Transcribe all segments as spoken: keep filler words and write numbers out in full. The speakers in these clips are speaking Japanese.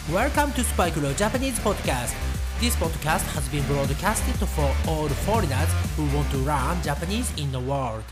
Welcome to Spike Leo Japanese Podcast. This podcast has been broadcasted for all foreigners who want to learn Japanese in the world.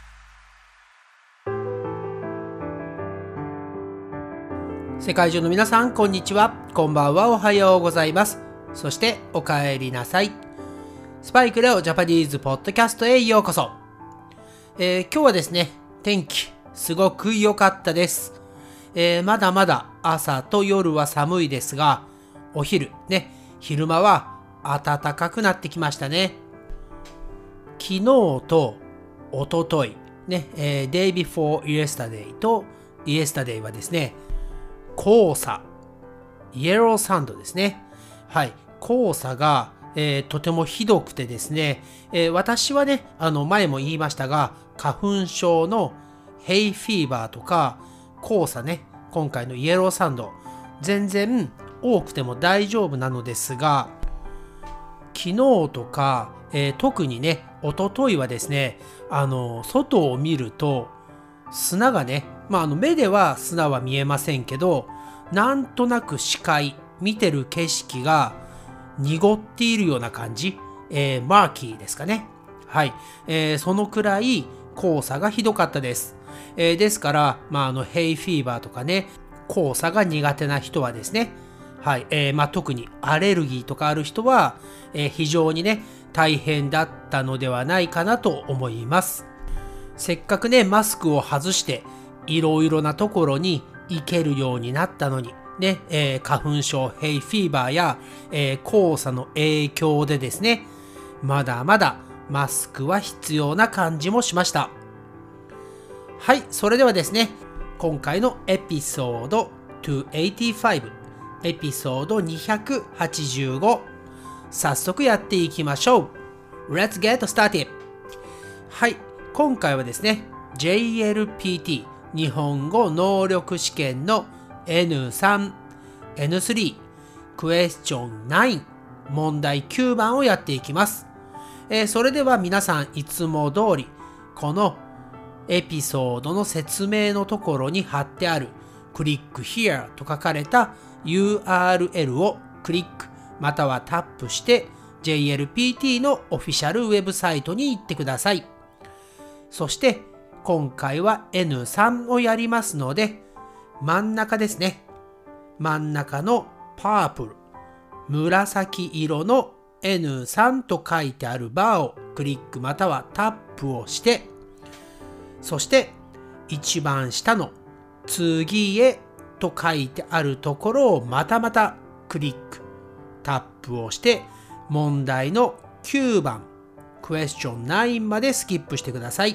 世界中の皆さん、こんにちは。こんばんは。おはようございます。そしてお帰りなさい。スパイクレオジャパニーズポッドキャストへようこそ。えー、今日はですね、天気すごく良かったです。えー、まだまだ朝と夜は寒いですが、お昼ね、昼間は暖かくなってきましたね。昨日と一昨日ね、えー、Day before yesterday と yesterday はですね、黄砂、イエローサンドですね。はい、黄砂が、えー、とてもひどくてですね、えー、私はね、あの前も言いましたが、花粉症のヘイフィーバーとか黄砂ね、今回のイエローサンド、全然多くても大丈夫なのですが、昨日とか、えー、特にね、一昨日はですね、あの外を見ると砂がね、まあ、あの目では砂は見えませんけど、なんとなく視界、見てる景色が濁っているような感じ、えー、マーキーですかね。はい、えー、そのくらい黄砂がひどかったです。えー、ですから、まあ、あのヘイフィーバーとかね、黄砂が苦手な人はですね、はい、えーまあ、特にアレルギーとかある人は、えー、非常にね大変だったのではないかなと思います。せっかくねマスクを外していろいろなところに行けるようになったのにね、えー、花粉症ヘイフィーバーや、えー、黄砂の影響でですね、まだまだマスクは必要な感じもしました。はい、それではですね、今回のエピソードにひゃくはちじゅうご、エピソードにひゃくはちじゅうご、早速やっていきましょう。Let's get started! はい、今回はですね、ジェイエルピーティー 日本語能力試験の エヌスリー、エヌスリー、クエスチョンナイン、問題きゅうばんをやっていきます。えー、それでは皆さんいつも通り、このエピソードの説明のところに貼ってあるクリック Here と書かれた ユーアールエル をクリックまたはタップして ジェイエルピーティー のオフィシャルウェブサイトに行ってください。そして今回は エヌスリー をやりますので、真ん中ですね。真ん中のパープル、紫色の エヌスリー と書いてあるバーをクリックまたはタップをして、そして一番下の次へと書いてあるところをまたまたクリック、タップをして問題のきゅうばん、クエスチョンナインまでスキップしてください。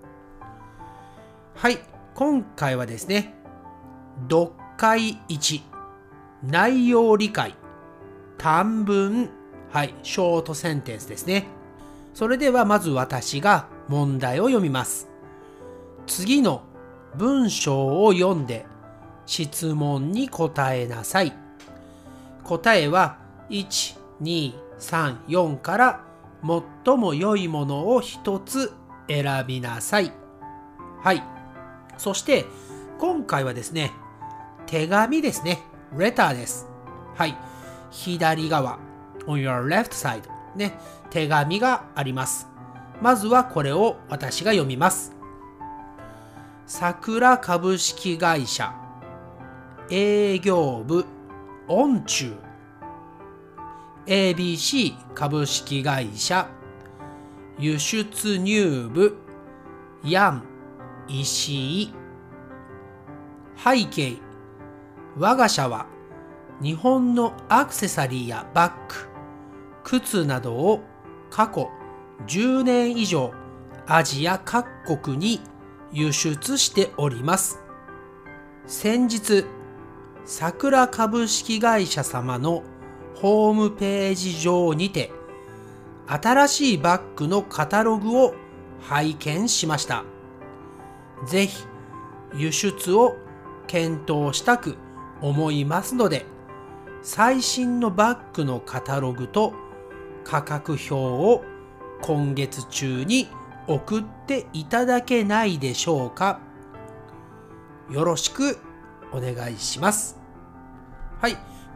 はい、今回はですね、読解いち、内容理解、短文、はい、ショートセンテンスですね。それではまず私が問題を読みます。次の文章を読んで質問に答えなさい。答えはいち、に、さん、よんから最も良いものを一つ選びなさい。はい。そして今回はですね、手紙ですね。レターです。はい。左側、on your left side ね、手紙があります。まずはこれを私が読みます。桜株式会社営業部音中 エービーシー 株式会社輸出入部ヤン石井。背景、我が社は日本のアクセサリーやバッグ、靴などを過去じゅうねん以上アジア各国に輸出しております。先日、桜株式会社様のホームページ上にて新しいバッグのカタログを拝見しました。ぜひ輸出を検討したく思いますので、最新のバッグのカタログと価格表を今月中に送っていただけないでしょうか。よろしくお願いします。はい、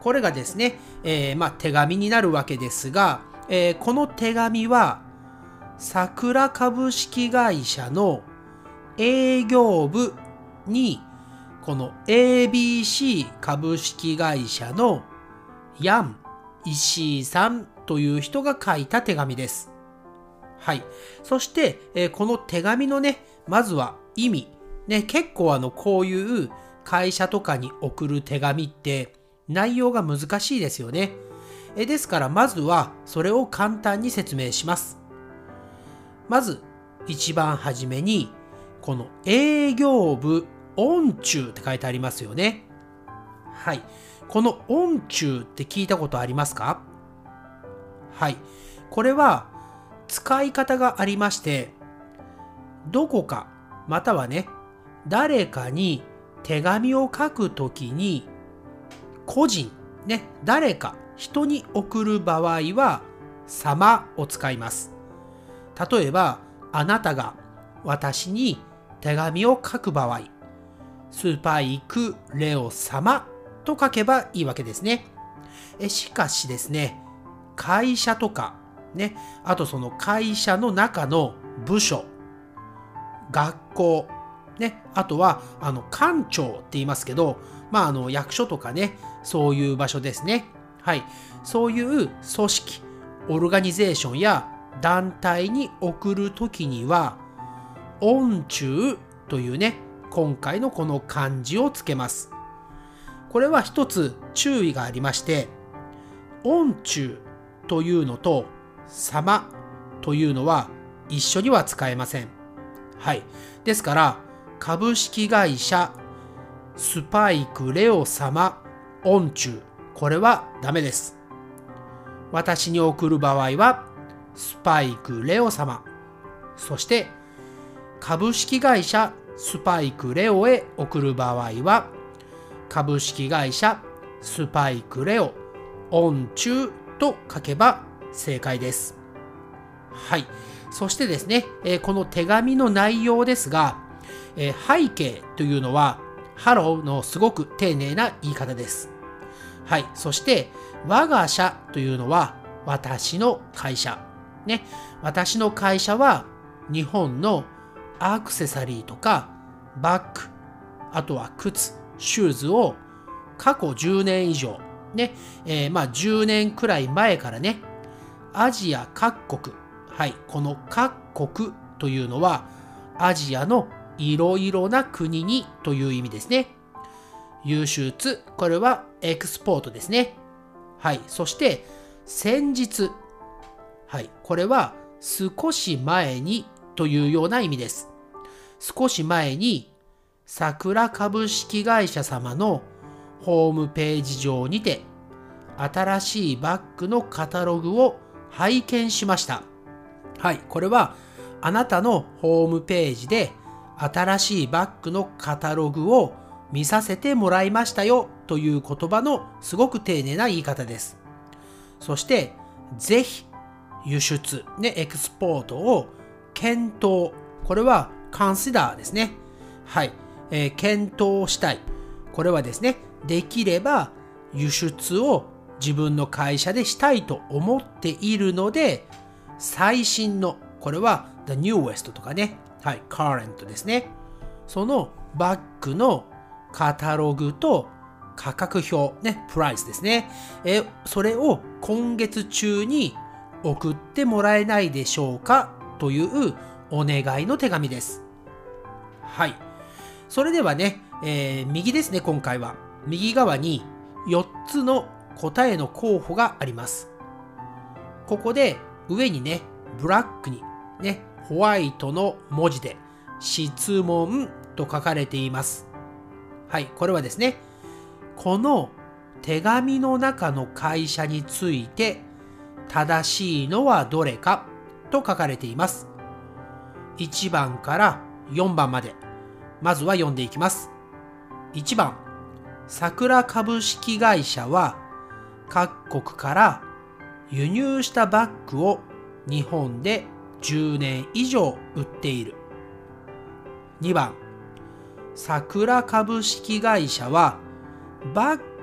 これがですね、えーまあ、手紙になるわけですが、えーこの手紙は桜株式会社の営業部にこの エービーシー 株式会社のヤン石井さんという人が書いた手紙です。はい。そして、えーこの手紙のね、まずは意味。ね、結構あの、こういう会社とかに送る手紙って内容が難しいですよね。えですから、まずはそれを簡単に説明します。まず、一番初めに、この営業部音中って書いてありますよね。はい。この音中って聞いたことありますか？はい。これは使い方がありまして、どこかまたはね、誰かに手紙を書くときに、個人、ね、誰か人に送る場合は、様を使います。例えば、あなたが私に手紙を書く場合、スパイクレオ様と書けばいいわけですね。えしかしですね、会社とか、ね、あとその会社の中の部署、学校、ね、あとはあの官庁って言いますけど、まあ、あの役所とかね、そういう場所ですね。はい、そういう組織、オルガニゼーションや団体に送るときには、音中というね、今回のこの漢字をつけます。これは一つ注意がありまして、音中というのと様というのは一緒には使えません。はい。ですから、株式会社スパイクレオ様音中、これはダメです。私に送る場合は、スパイクレオ様、そして株式会社スパイクレオへ送る場合は、株式会社スパイクレオ音中と書けば正解です。はい。そしてですね、えーこの手紙の内容ですが、えー背景というのは、ハローのすごく丁寧な言い方です。はい。そして、我が社というのは、私の会社。ね。私の会社は、日本のアクセサリーとか、バッグ、あとは靴、シューズを過去じゅうねん以上、ね、えーまあじゅうねんくらい前からね、アジア各国、はい、この各国というのは、アジアのいろいろな国にという意味ですね。輸出、これはエクスポートですね。はい、そして先日、はい、これは少し前にというような意味です。少し前に桜株式会社様のホームページ上にて新しいバッグのカタログを拝見しました。はい、これはあなたのホームページで新しいバッグのカタログを見させてもらいましたよという言葉のすごく丁寧な言い方です。そしてぜひ輸出、ね、エクスポートを検討、これは consider ですね。はい、えー検討したい。これはですね、できれば輸出を自分の会社でしたいと思っているので、最新の、これは the newest とかね、はい、current ですね。そのバッグのカタログと価格表、ね、プライスですね。え、それを今月中に送ってもらえないでしょうかというお願いの手紙です。はい。それではね、えー右ですね、今回は。右側によっつの答えの候補があります。ここで上にね、ブラックにね、ホワイトの文字で質問と書かれています。はい、これはですね、この手紙の中の会社について正しいのはどれかと書かれています。いちばんからよんばんまで、まずは読んでいきます。いちばん、桜株式会社は各国から輸入したバッグを日本でじゅうねん以上売っている。にばん、桜株式会社はバッ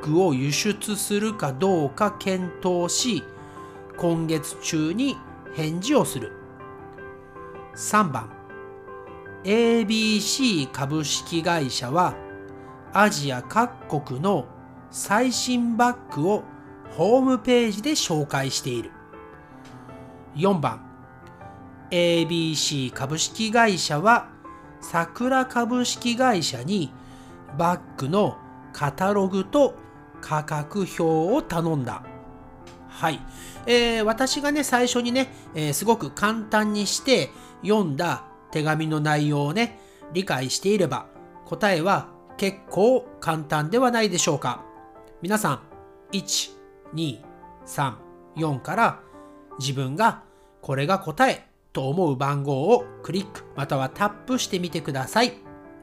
グを輸出するかどうか検討し、今月中に返事をする。さんばん、エービーシー 株式会社はアジア各国の最新バッグをホームページで紹介している。よんばん、エービーシー 株式会社は桜株式会社にバッグのカタログと価格表を頼んだ。はい、えー、私がね最初にね、えー、すごく簡単にして読んだ手紙の内容をね理解していれば答えは結構簡単ではないでしょうか。皆さんいち、に、さん、よんから自分がこれが答えと思う番号をクリックまたはタップしてみてください。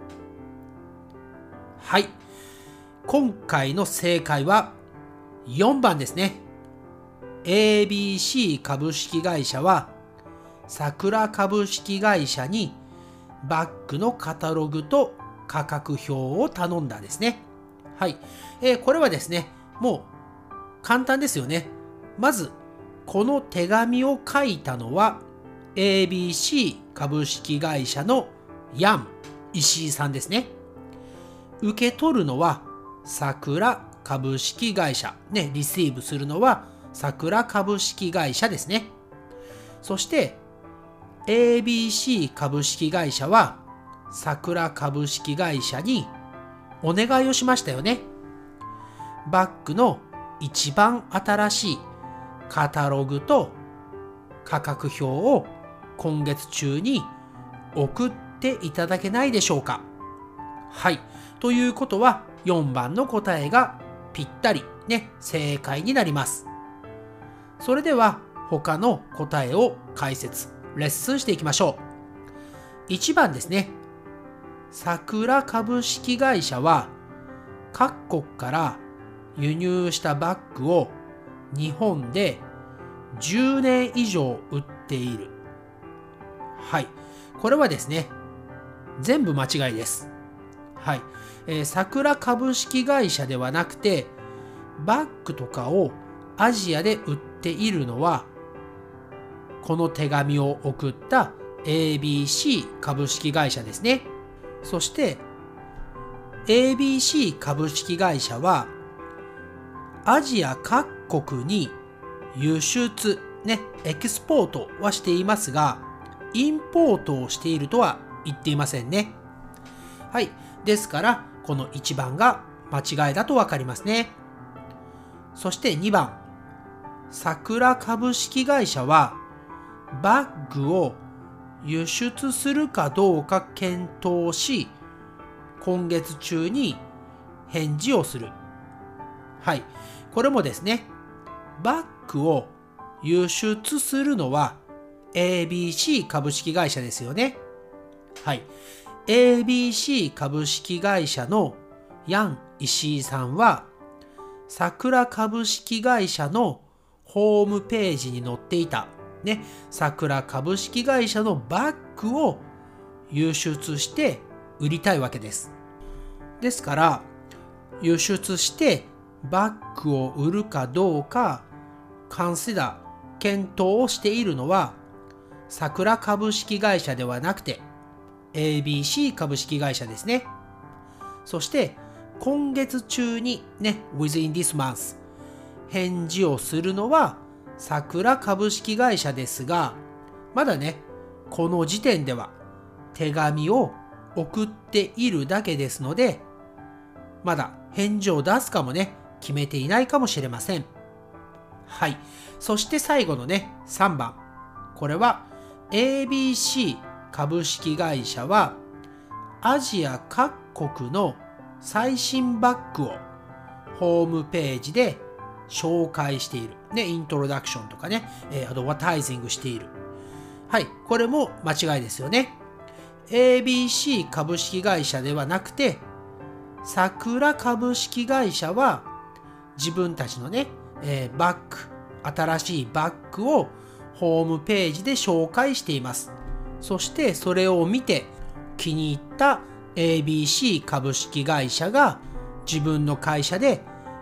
はい、今回の正解はよんばんですね。エービーシー 株式会社は桜株式会社にバッグのカタログと価格表を頼んだですね。はい、えー、これはですねもう簡単ですよね。まずこの手紙を書いたのは エービーシー 株式会社のヤン石井さんですね。受け取るのは桜株式会社ね、リシーブするのは桜株式会社ですね。そして エービーシー 株式会社は桜株式会社にお願いをしましたよね。バッグの一番新しいカタログと価格表を今月中に送っていただけないでしょうか。はい。ということはよんばんの答えがぴったりね、正解になります。それでは他の答えを解説、レッスンしていきましょう。いちばんですね。桜株式会社は各国から輸入したバッグを日本でじゅうねん以上売っている。はい。これはですね、全部間違いです。はい。えー、桜株式会社ではなくて、バッグとかをアジアで売っているのは、この手紙を送った エービーシー 株式会社ですね。そして、エービーシー 株式会社は、アジア各国に輸出、ね、エキスポートはしていますが、インポートをしているとは言っていませんね。はい。ですから、このいちばんが間違いだとわかりますね。そしてにばん。桜株式会社は、バッグを輸出するかどうか検討し、今月中に返事をする。はい。これもですね、バッグを輸出するのは エービーシー 株式会社ですよね。はい。エービーシー 株式会社のヤン石井さんは、桜株式会社のホームページに載っていた、ね、桜株式会社のバッグを輸出して売りたいわけです。ですから、輸出してバッグを売るかどうか、カンシダー、検討をしているのは、桜株式会社ではなくて、エービーシー 株式会社ですね。そして、今月中にね、within this month、返事をするのは、桜株式会社ですが、まだね、この時点では手紙を送っているだけですので、まだ返事を出すかもね、決めていないかもしれません。はい。そして最後のね、さんばん。これは エービーシー 株式会社はアジア各国の最新バッグをホームページで紹介している。ね、イントロダクションとかね、えー、アドバタイジングしている。はい。これも間違いですよね。エービーシー 株式会社ではなくて、桜株式会社は自分たちのね、えー、バッグ、新しいバッグをホームページで紹介しています。そしてそれを見て気に入った エービーシー 株式会社が自分の会社で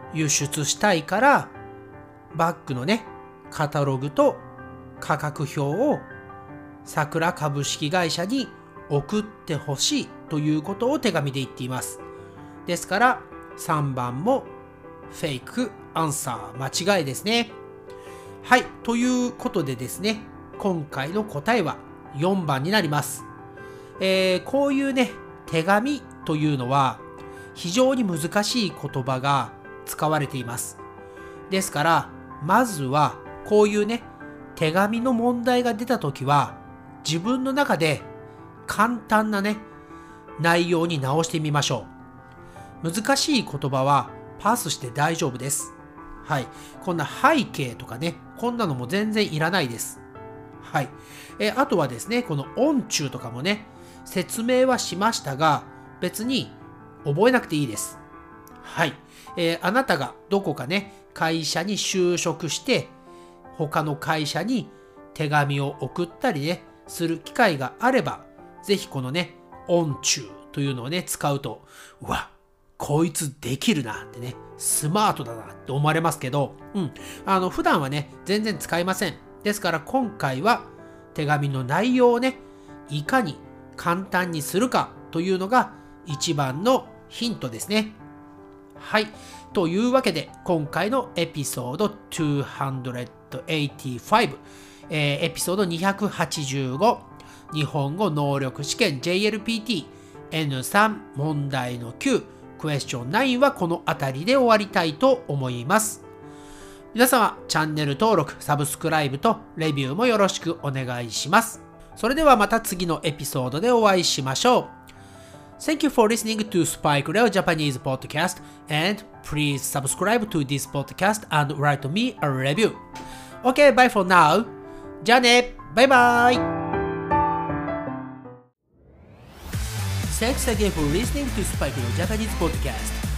輸出したいから、バッグのね、カタログと価格表をさくら株式会社に送ってほしいということを手紙で言っています。ですからさんばんもフェイクアンサー、間違いですね。はい、ということでですね、今回の答えはよんばんになります。えー、こういうね、手紙というのは非常に難しい言葉が使われています。ですから、まずはこういうね、手紙の問題が出たときは、自分の中で簡単なね、内容に直してみましょう。難しい言葉はパスして大丈夫です。はい。こんな背景とかね、こんなのも全然いらないです。はい。え、あとはですね、この音中とかもね、説明はしましたが、別に覚えなくていいです。はい。えー、あなたがどこかね、会社に就職して、他の会社に手紙を送ったりね、する機会があれば、ぜひこのね、音中というのをね、使うと、うわ、こいつできるなってね、スマートだなって思われますけど、うん。あの、普段はね、全然使いません。ですから今回は手紙の内容をね、いかに簡単にするかというのが一番のヒントですね。はい。というわけで、今回のエピソードにひゃくはちじゅうご、えー、エピソードにひゃくはちじゅうご、日本語能力試験 ジェイエルピーティーエヌスリー 問題のきゅう、クエスチョンきゅうはこの辺りで終わりたいと思います。皆様、チャンネル登録、サブスクライブとレビューもよろしくお願いします。それではまた次のエピソードでお会いしましょう。Thank you for listening to Spike Leo Japanese podcast, and please subscribe to this podcast and write me a review. Okay, bye for now. じゃあね、バイバイ。Thanks again for listening to Spike Leo Japanese podcast,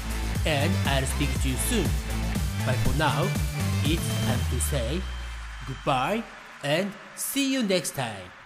and I'll speak to you soon. But for now, it's time to say goodbye and see you next time.